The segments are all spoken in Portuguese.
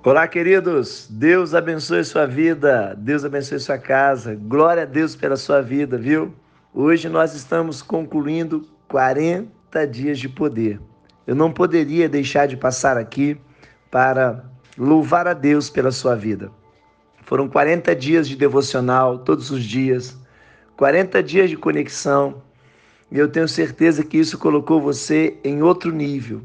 Olá, queridos. Deus abençoe sua vida. Deus abençoe sua casa. Glória a Deus pela sua vida, viu? Hoje nós estamos concluindo 40 dias de poder. Eu não poderia deixar de passar aqui para louvar a Deus pela sua vida. Foram 40 dias de devocional todos os dias, 40 dias de conexão, e eu tenho certeza que isso colocou você em outro nível.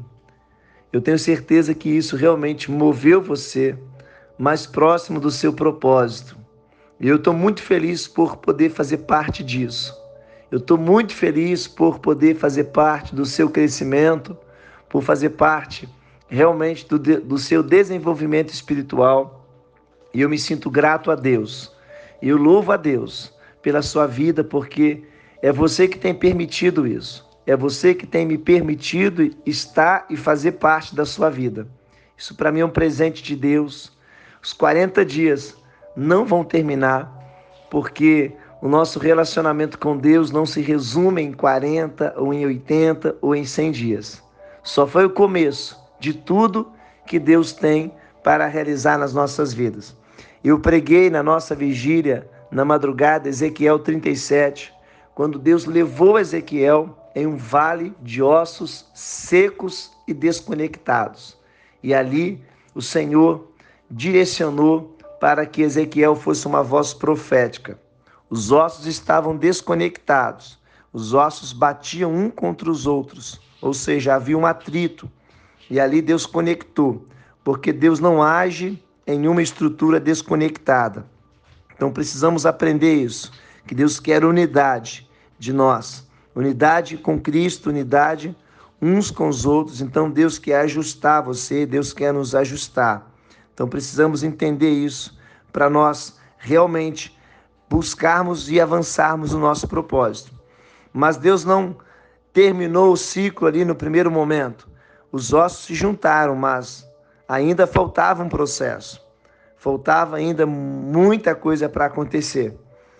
Eu tenho certeza que isso realmente moveu você mais próximo do seu propósito. E eu estou muito feliz por poder fazer parte disso. Eu estou muito feliz por poder fazer parte do seu crescimento, por fazer parte realmente do seu desenvolvimento espiritual. E eu me sinto grato a Deus. E eu louvo a Deus pela sua vida, porque é você que tem permitido isso. É você que tem me permitido estar e fazer parte da sua vida. Isso para mim é um presente de Deus. Os 40 dias não vão terminar, porque o nosso relacionamento com Deus não se resume em 40, ou em 80, ou em 100 dias. Só foi o começo de tudo que Deus tem para realizar nas nossas vidas. Eu preguei na nossa vigília, na madrugada, Ezequiel 37, quando Deus levou Ezequiel em um vale de ossos secos e desconectados. E ali o Senhor direcionou para que Ezequiel fosse uma voz profética. Os ossos estavam desconectados, os ossos batiam um contra os outros, ou seja, havia um atrito. E ali Deus conectou, porque Deus não age em uma estrutura desconectada. Então precisamos aprender isso, que Deus quer unidade de nós, unidade com Cristo, unidade uns com os outros. Então Deus quer ajustar você, Deus quer nos ajustar. Então precisamos entender isso para nós realmente buscarmos e avançarmos no nosso propósito. Mas Deus não terminou o ciclo ali no primeiro momento. Os ossos se juntaram, mas ainda faltava um processo. Faltava ainda muita coisa para acontecer.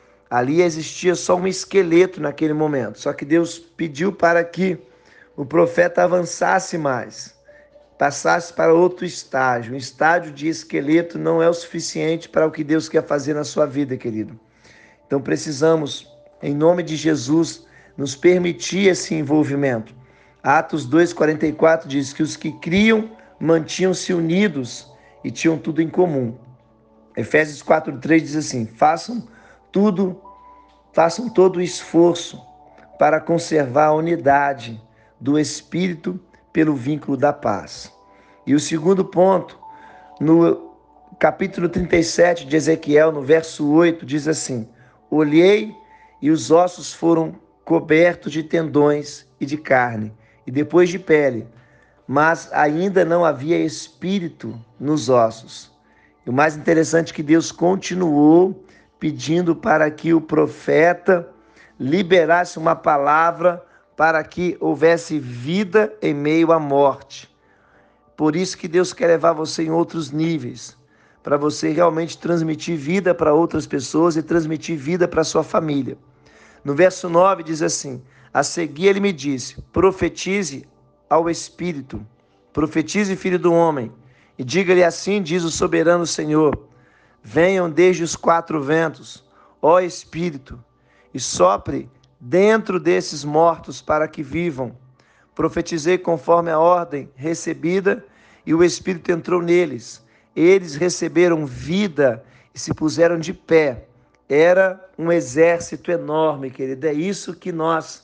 Ali existia só um esqueleto naquele momento. Só que Deus pediu para que o profeta avançasse mais, passasse para outro estágio. Um estágio de esqueleto não é o suficiente para o que Deus quer fazer na sua vida, querido. Então precisamos, em nome de Jesus, nos permitir esse envolvimento. Atos 2,44 diz que os que criam mantinham-se unidos e tinham tudo em comum. Efésios 4,3 diz assim: façam todo o esforço para conservar a unidade do Espírito pelo vínculo da paz. E o segundo ponto, no capítulo 37 de Ezequiel, no verso 8, diz assim: olhei e os ossos foram cobertos de tendões e de carne, e depois de pele, mas ainda não havia espírito nos ossos. E o mais interessante é que Deus continuou pedindo para que o profeta liberasse uma palavra para que houvesse vida em meio à morte. Por isso que Deus quer levar você em outros níveis, para você realmente transmitir vida para outras pessoas e transmitir vida para a sua família. No verso 9 diz assim: a seguir ele me disse, profetize ao Espírito, profetize, filho do homem, e diga-lhe assim, diz o soberano Senhor: venham desde os quatro ventos, ó Espírito, e sopre dentro desses mortos para que vivam. Profetizei conforme a ordem recebida, e o Espírito entrou neles. Eles receberam vida e se puseram de pé. Era um exército enorme, querido. É isso que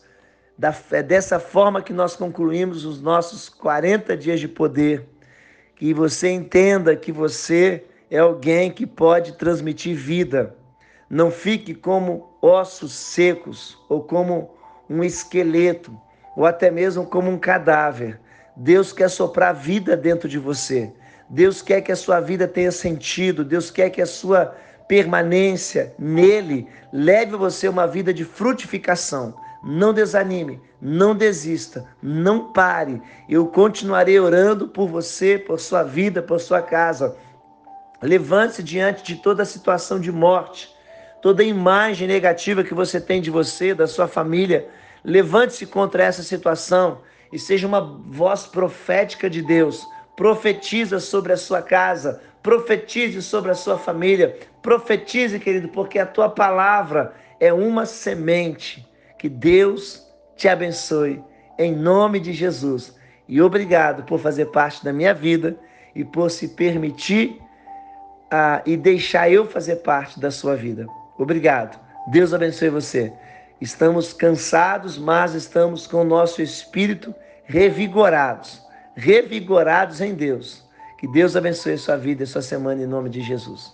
é dessa forma que nós concluímos os nossos 40 dias de poder. Que você entenda que você é alguém que pode transmitir vida. Não fique como ossos secos ou como um esqueleto ou até mesmo como um cadáver. Deus quer soprar vida dentro de você. Deus quer que a sua vida tenha sentido. Deus quer que a sua permanência nele leve você uma vida de frutificação. Não desanime, não desista, não pare. Eu continuarei orando por você, por sua vida, por sua casa. Levante-se diante de toda a situação de morte, toda a imagem negativa que você tem de você, da sua família. Levante-se contra essa situação e seja uma voz profética de Deus. Profetiza sobre a sua casa, Profetize sobre a sua família. Profetize, querido, porque a tua palavra é uma semente. Que Deus te abençoe, em nome de Jesus. E obrigado por fazer parte da minha vida e por se permitir e deixar eu fazer parte da sua vida. Obrigado. Deus abençoe você. Estamos cansados, mas estamos com o nosso espírito revigorados. Revigorados em Deus. Que Deus abençoe sua vida e sua semana em nome de Jesus.